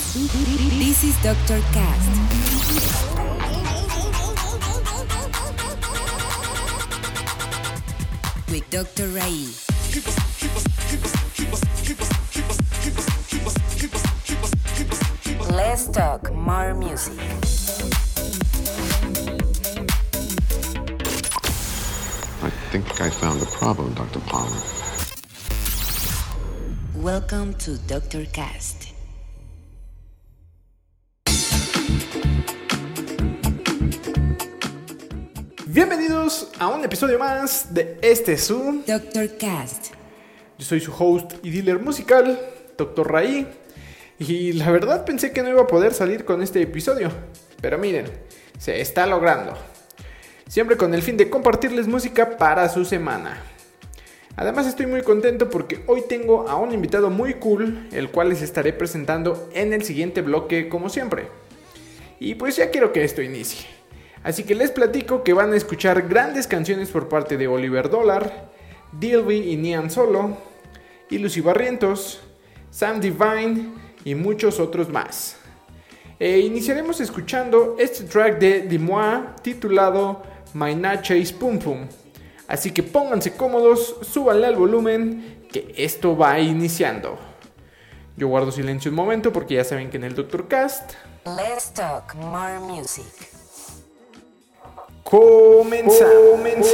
This is Dr. Cast. With Dr. Ray. Let's talk more music. I think I found the problem, Dr. Palmer. Welcome to Dr. Cast. Bienvenidos a un episodio más de este su Dr. Cast. Yo soy su host y dealer musical, Dr. Ray. Y la verdad pensé que no iba a poder salir con este episodio, pero miren, se está logrando. Siempre con el fin de compartirles música para su semana. Además estoy muy contento porque hoy tengo a un invitado muy cool, el cual les estaré presentando en el siguiente bloque como siempre. Y pues ya quiero que esto inicie. Así que les platico que van a escuchar grandes canciones por parte de Oliver Dollar, Dilby y Nian Solo, y Lucy Barrientos, Sam Divine y muchos otros más. Iniciaremos escuchando este track de Dimois titulado My Nachase Pum Pum. Así que pónganse cómodos, súbanle al volumen, que esto va iniciando. Yo guardo silencio un momento porque ya saben que en el Dr. Cast Let's talk more music. Comenzamos.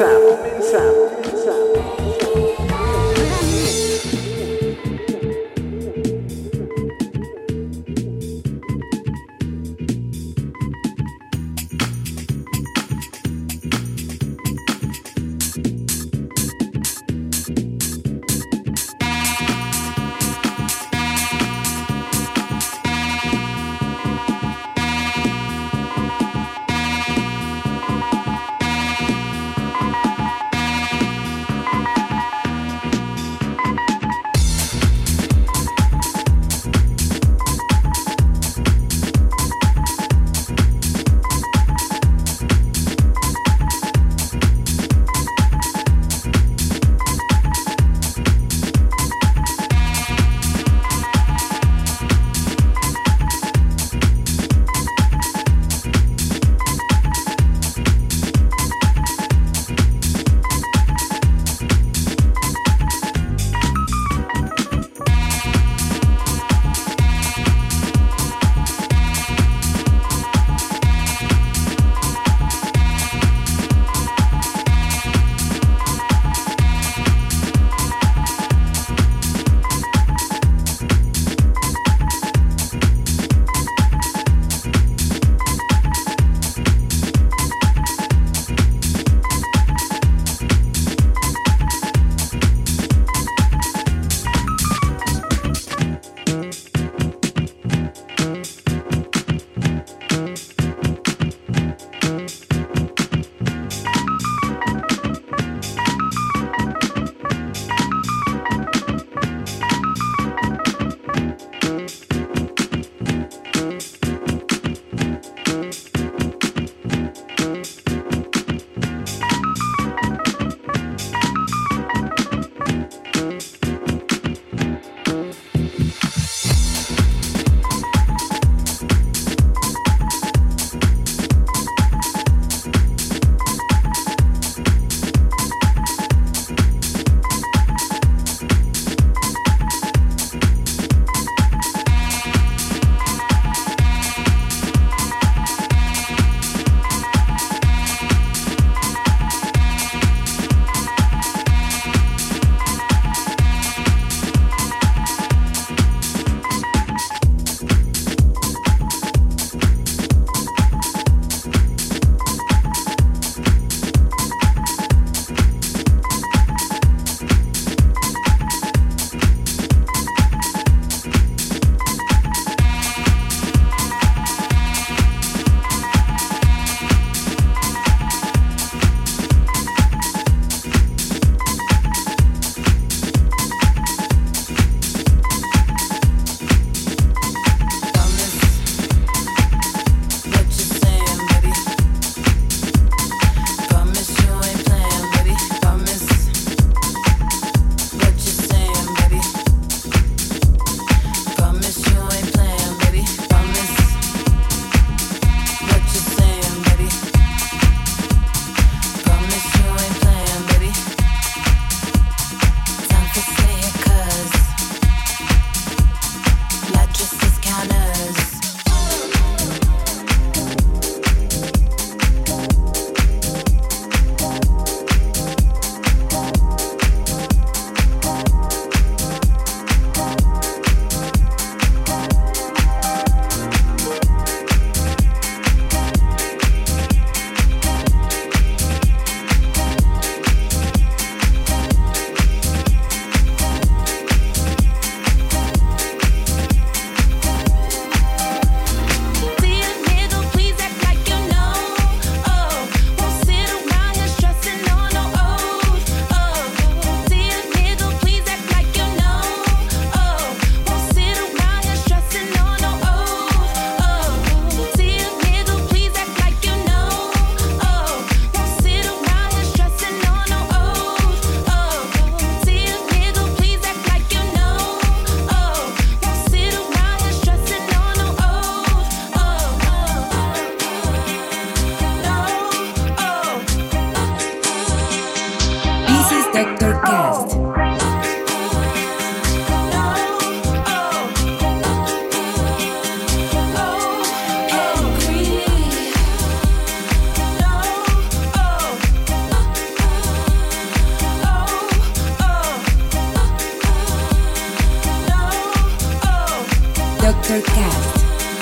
Dr. Cast.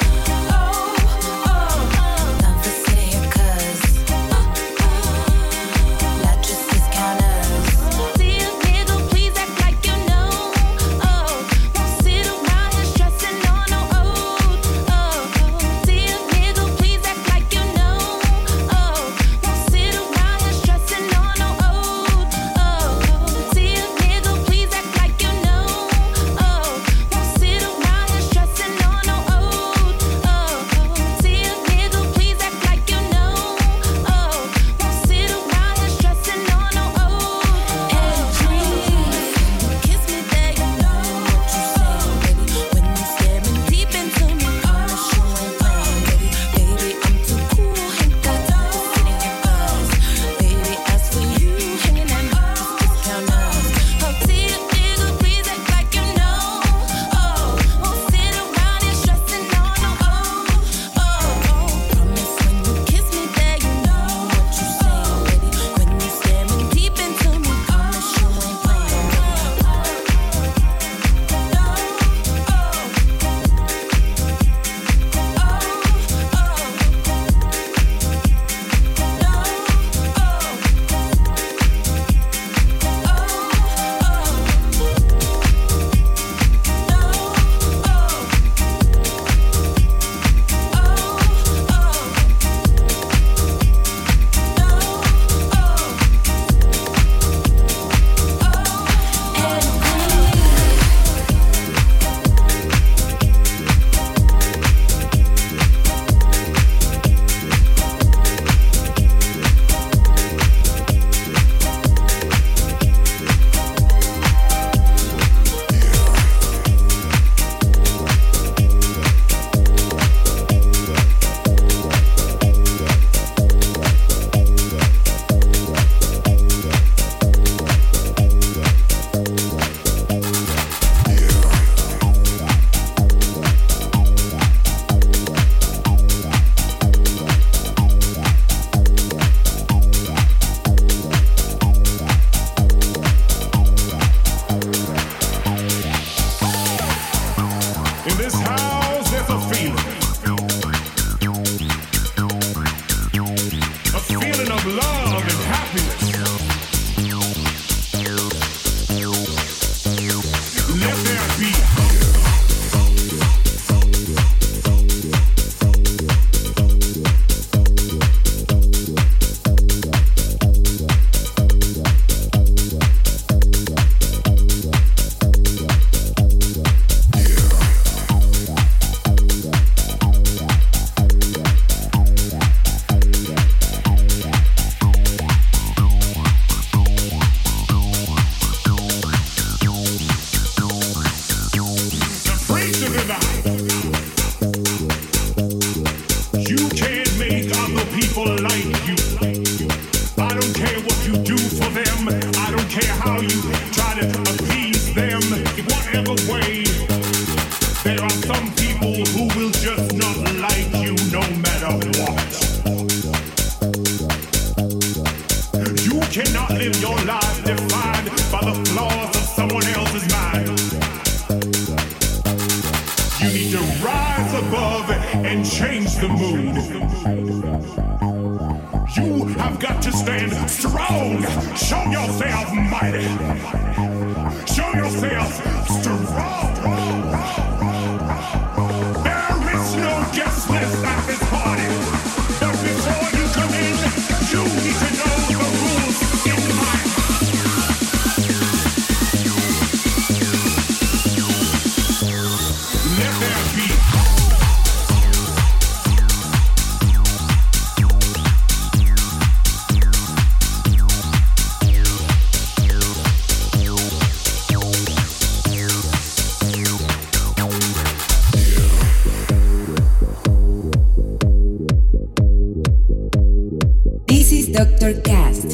Dr. Cast.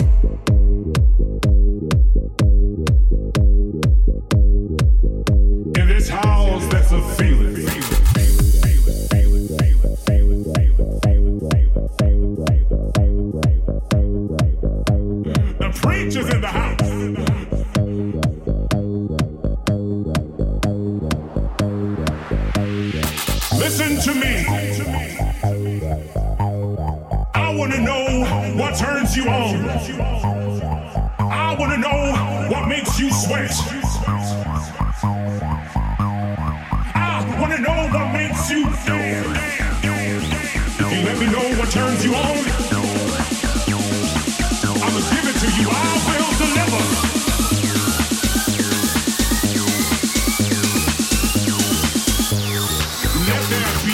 In this house, there's a feeling. The preacher's in the house. Listen to me. I want to know what turns you on. I want to know what makes you sweat. I want to know what makes you dance. If you let me know what turns you on, I'ma give it to you. I will deliver. Let there be.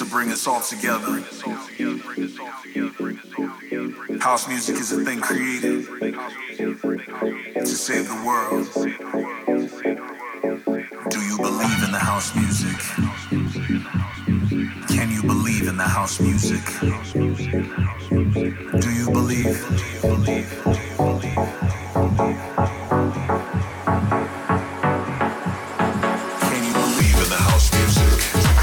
bring us all together. House music is a thing created to save the world. Do you believe in the house music? Can you believe in the house music? Do you believe? Can you believe in the house music?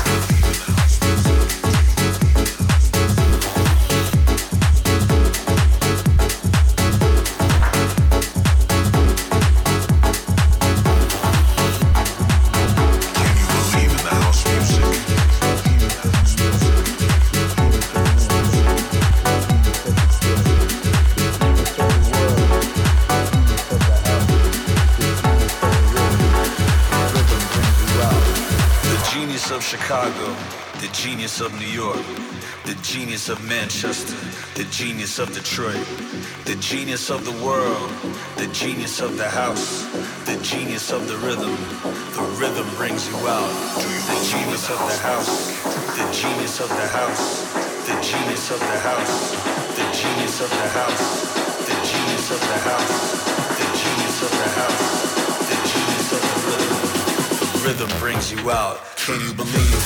Chicago, the genius of New York, the genius of Manchester, the genius of Detroit, the genius of the world, the genius of the house, the genius of the rhythm. The rhythm brings you out. The genius of the house, the genius of the house, the genius of the house, the genius of the house, the genius of the house, the genius of the house, the genius of the rhythm. The rhythm brings you out. Can you believe?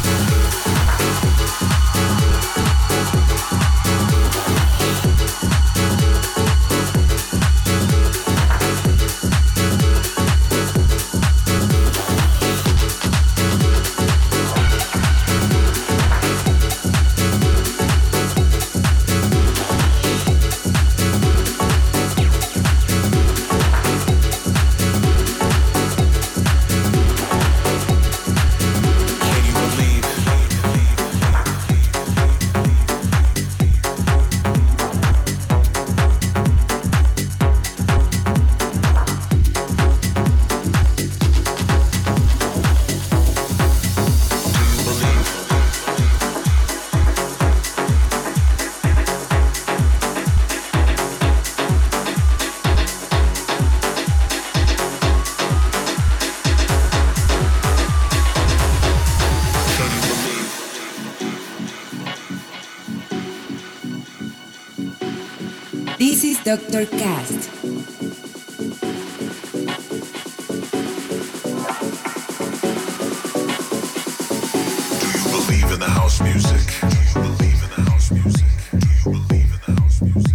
This is Dr. Cast. Do you believe in the house music? Do you believe in the house music? Do you believe in the house music?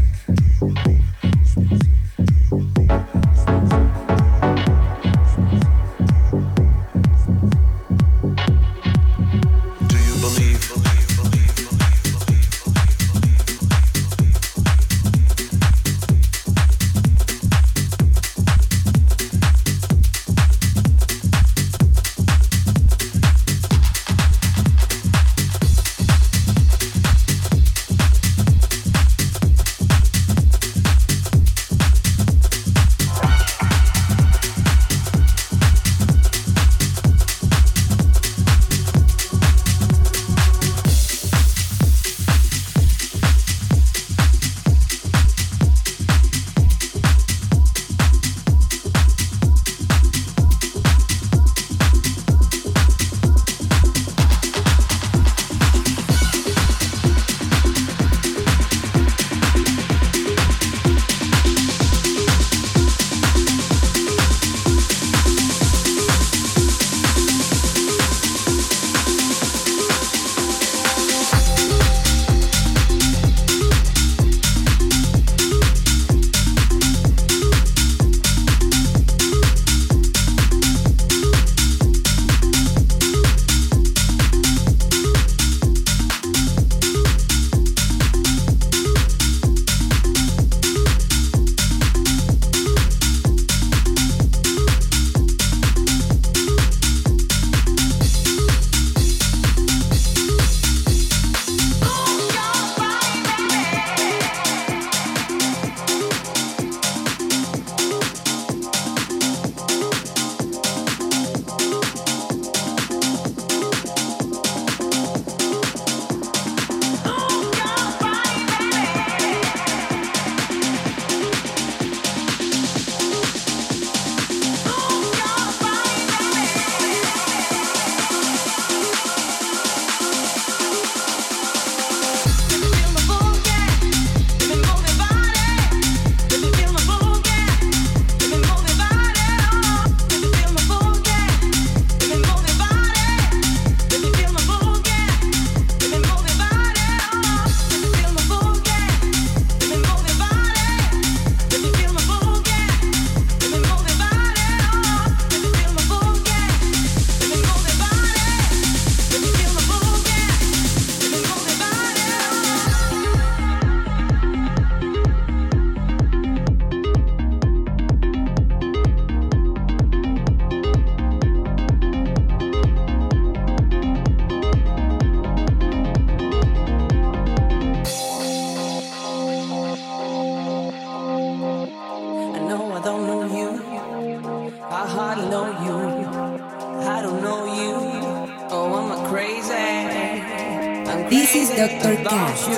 Dr. Cast.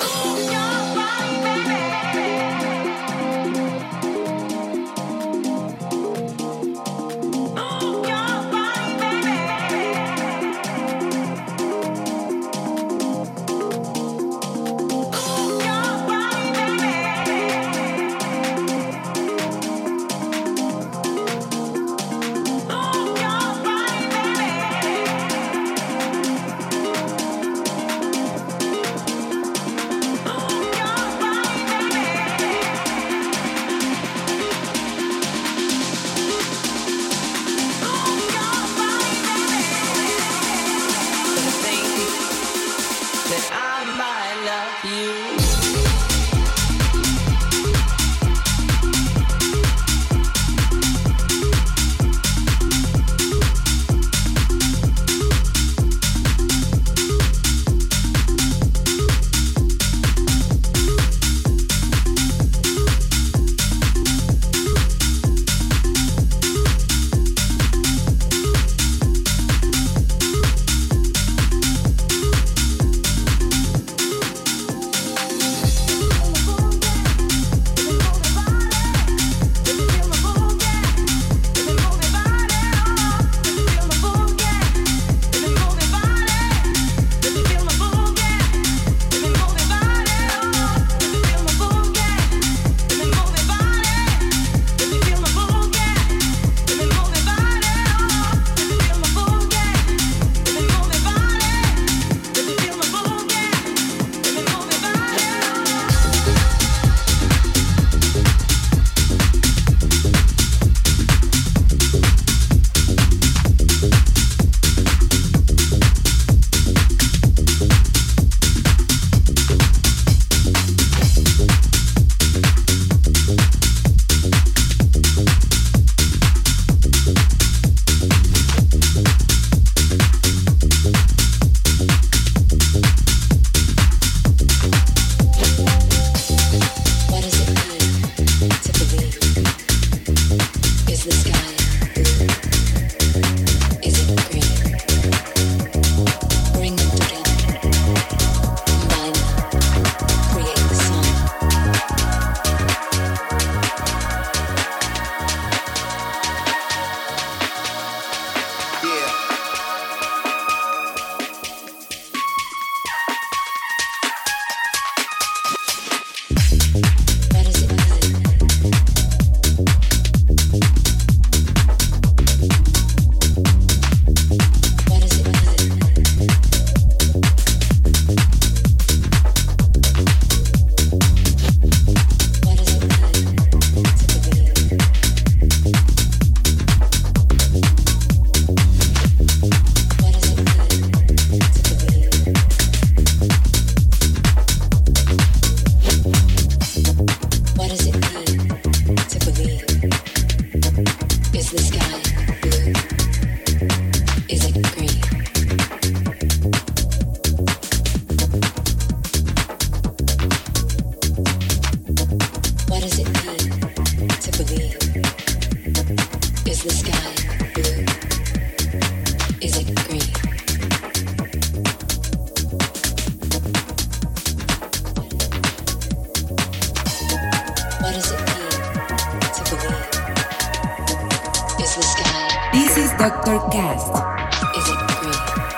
This is Dr. Cast. Is it green?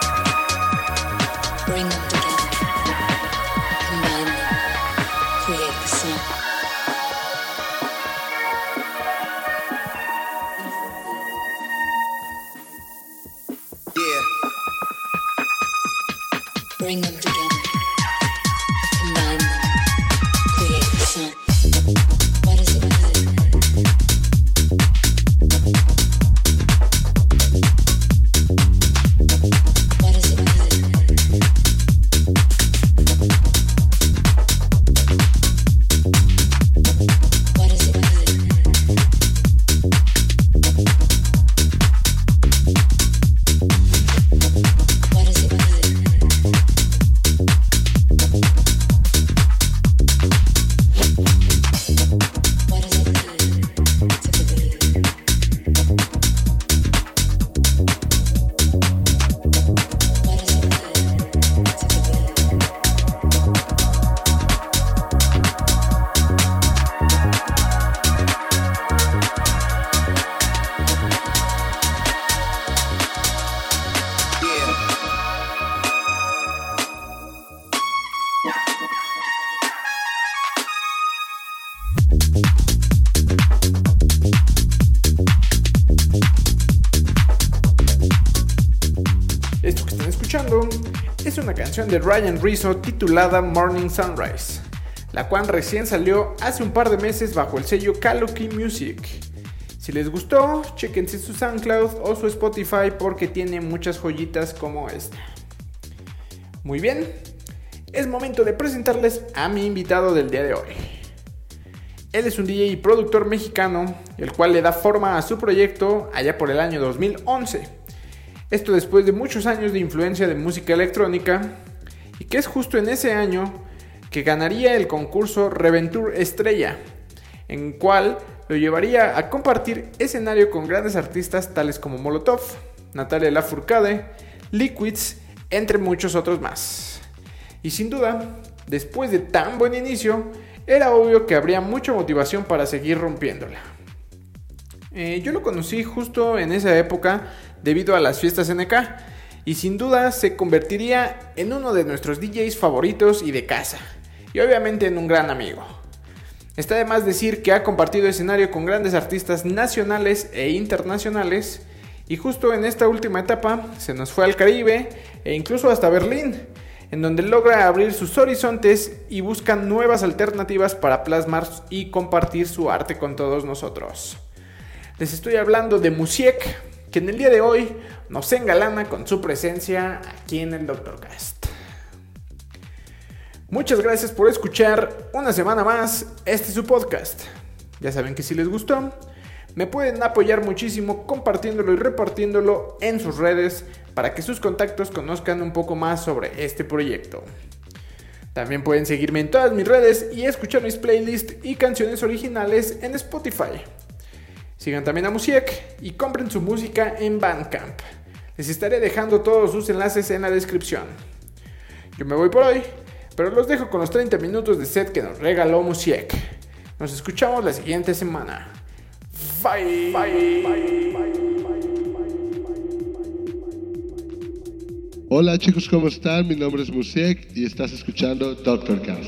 Bring them together. Combine them. Create the sun. Yeah. Bring them together. Combine them. Create the sun. What is it? escuchando es una canción de Ryan Rizzo titulada Morning Sunrise, la cual recién salió hace un par de meses bajo el sello Kaluki Music. Si les gustó, chéquense su SoundCloud o su Spotify porque tiene muchas joyitas como esta. Muy bien, es momento de presentarles a mi invitado del día de hoy. Él es un DJ y productor mexicano, el cual le da forma a su proyecto allá por el año 2011. Esto después de muchos años de influencia de música electrónica, y que es justo en ese año que ganaría el concurso Reventure Estrella, en cual lo llevaría a compartir escenario con grandes artistas tales como Molotov, Natalia Lafourcade, Liquids, entre muchos otros más. Y sin duda, después de tan buen inicio, era obvio que habría mucha motivación para seguir rompiéndola. Yo lo conocí justo en esa época debido a las fiestas NK, y sin duda se convertiría en uno de nuestros DJs favoritos y de casa, y obviamente en un gran amigo. Está de más decir que ha compartido escenario con grandes artistas nacionales e internacionales, y justo en esta última etapa se nos fue al Caribe e incluso hasta Berlín, en donde logra abrir sus horizontes y busca nuevas alternativas para plasmar y compartir su arte con todos nosotros. Les estoy hablando de Musiek, que en el día de hoy nos engalana con su presencia aquí en el DrCast. Muchas gracias por escuchar una semana más este su podcast. Ya saben que si les gustó, me pueden apoyar muchísimo compartiéndolo y repartiéndolo en sus redes para que sus contactos conozcan un poco más sobre este proyecto. También pueden seguirme en todas mis redes y escuchar mis playlists y canciones originales en Spotify. Sigan también a Musiek y compren su música en Bandcamp. Les estaré dejando todos sus enlaces en la descripción. Yo me voy por hoy, pero los dejo con los 30 minutos de set que nos regaló Musiek. Nos escuchamos la siguiente semana. Bye. Bye. Bye. Bye. Hola chicos, ¿cómo están? Mi nombre es Musiek y estás escuchando DrCast.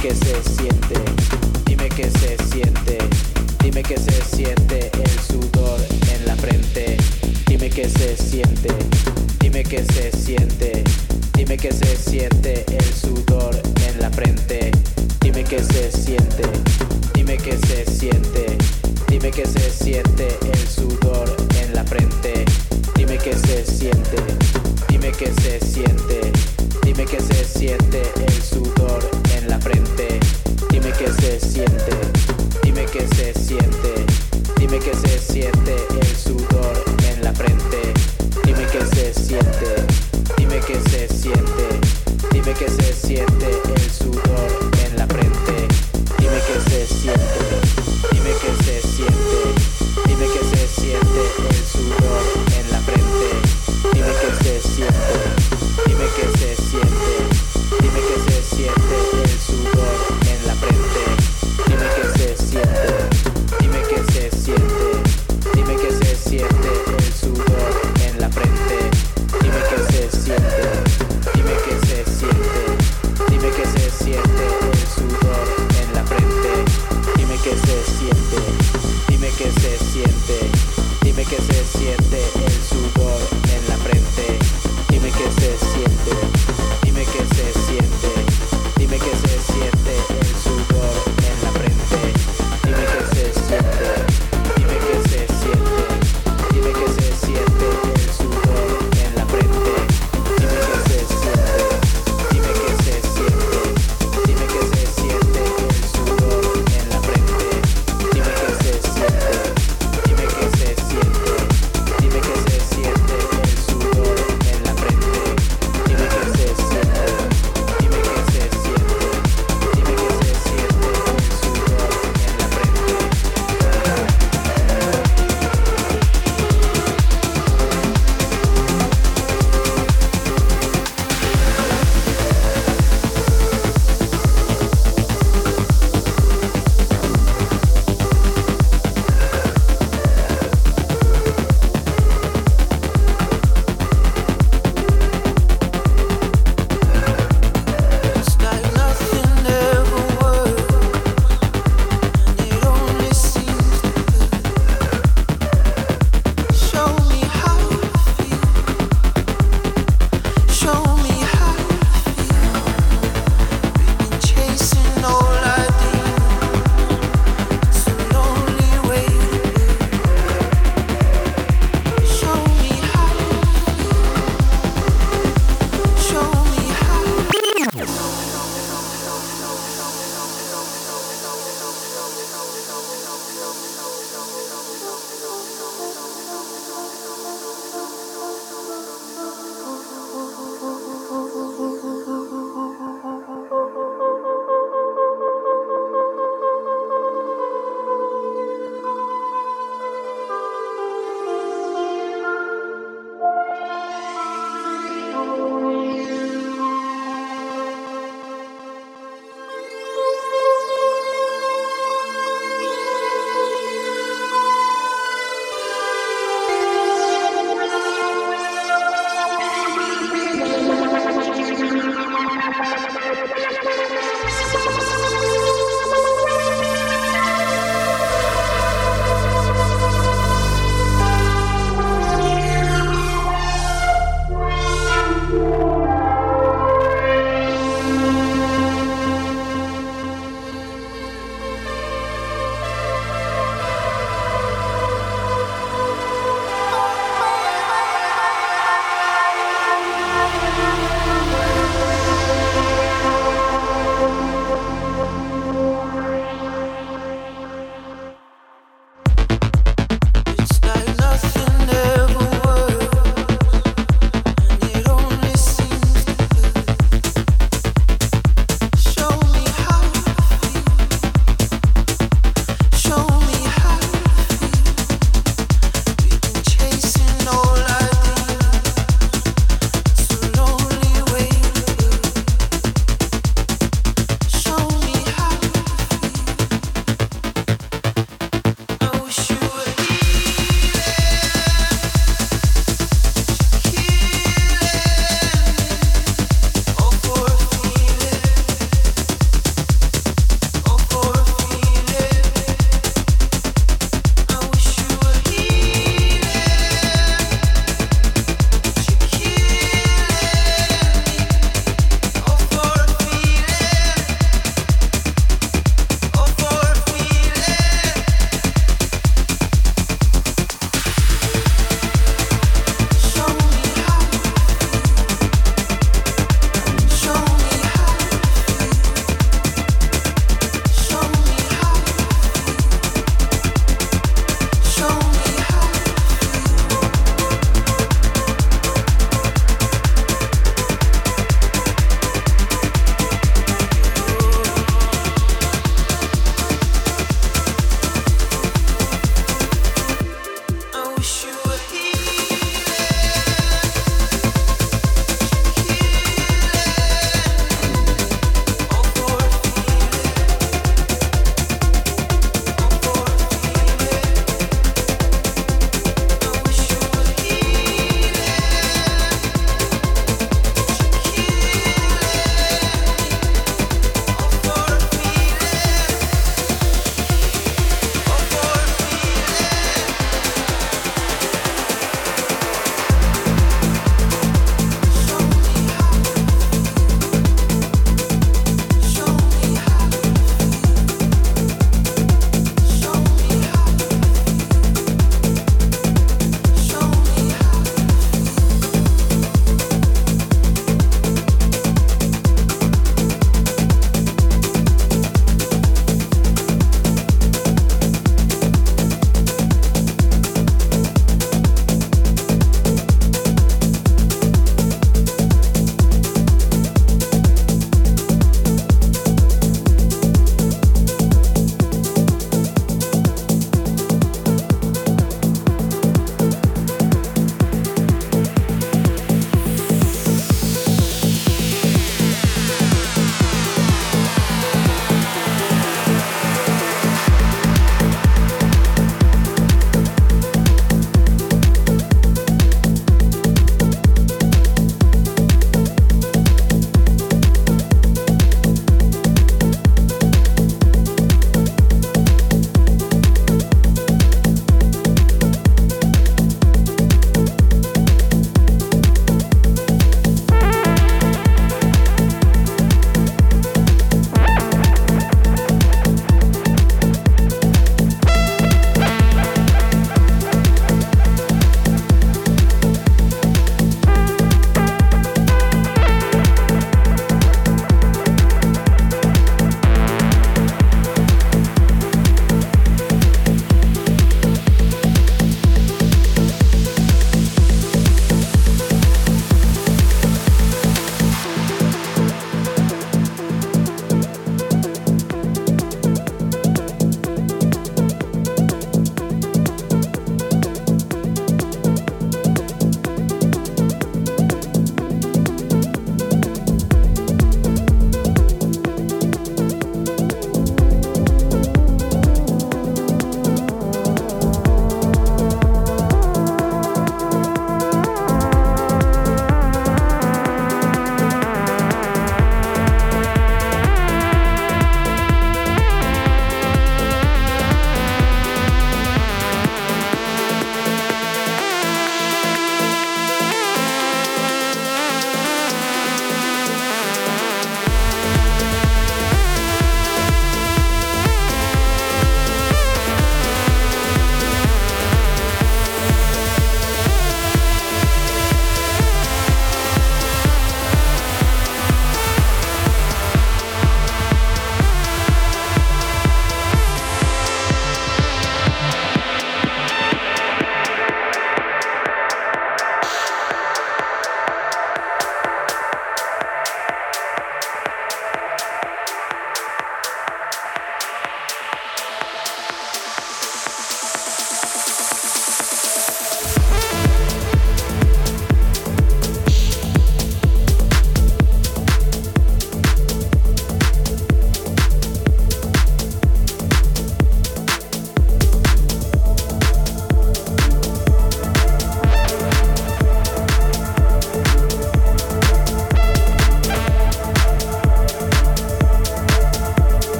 qué se siente, dime qué se siente, dime qué se siente el sudor en la frente, dime qué se siente, dime qué se siente, dime qué se siente el sudor en la frente, dime qué se siente, dime qué se siente, dime qué se siente el sudor en la frente, dime qué se siente, dime qué se siente, dime qué se siente el sudor en la frente, dime qué se siente, dime qué se siente, dime qué se siente el sudor en la frente, dime qué se siente, dime qué se siente, dime qué se siente el sudor en la frente, dime qué se siente, dime qué se siente, dime qué se siente el sudor en la frente, dime qué se siente, dime qué se siente, dime qué se siente el sudor en la frente, dime qué se siente, dime qué se siente, dime qué se siente el sudor en la frente, dime qué se siente, dime qué se siente, dime qué se siente el sudor en la frente, dime qué se siente, dime qué se siente, dime qué se siente el sudor en la frente, dime qué se siente, dime qué se siente, dime qué se siente el sudor en la frente, dime qué se siente, dime qué se siente, dime qué se siente el sudor en la frente, dime qué se siente, dime qué se siente, dime qué se siente el sudor en la frente, dime qué se siente, dime qué se siente, dime qué se siente el sudor en la frente, dime qué se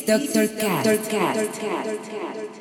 Dr. Cast.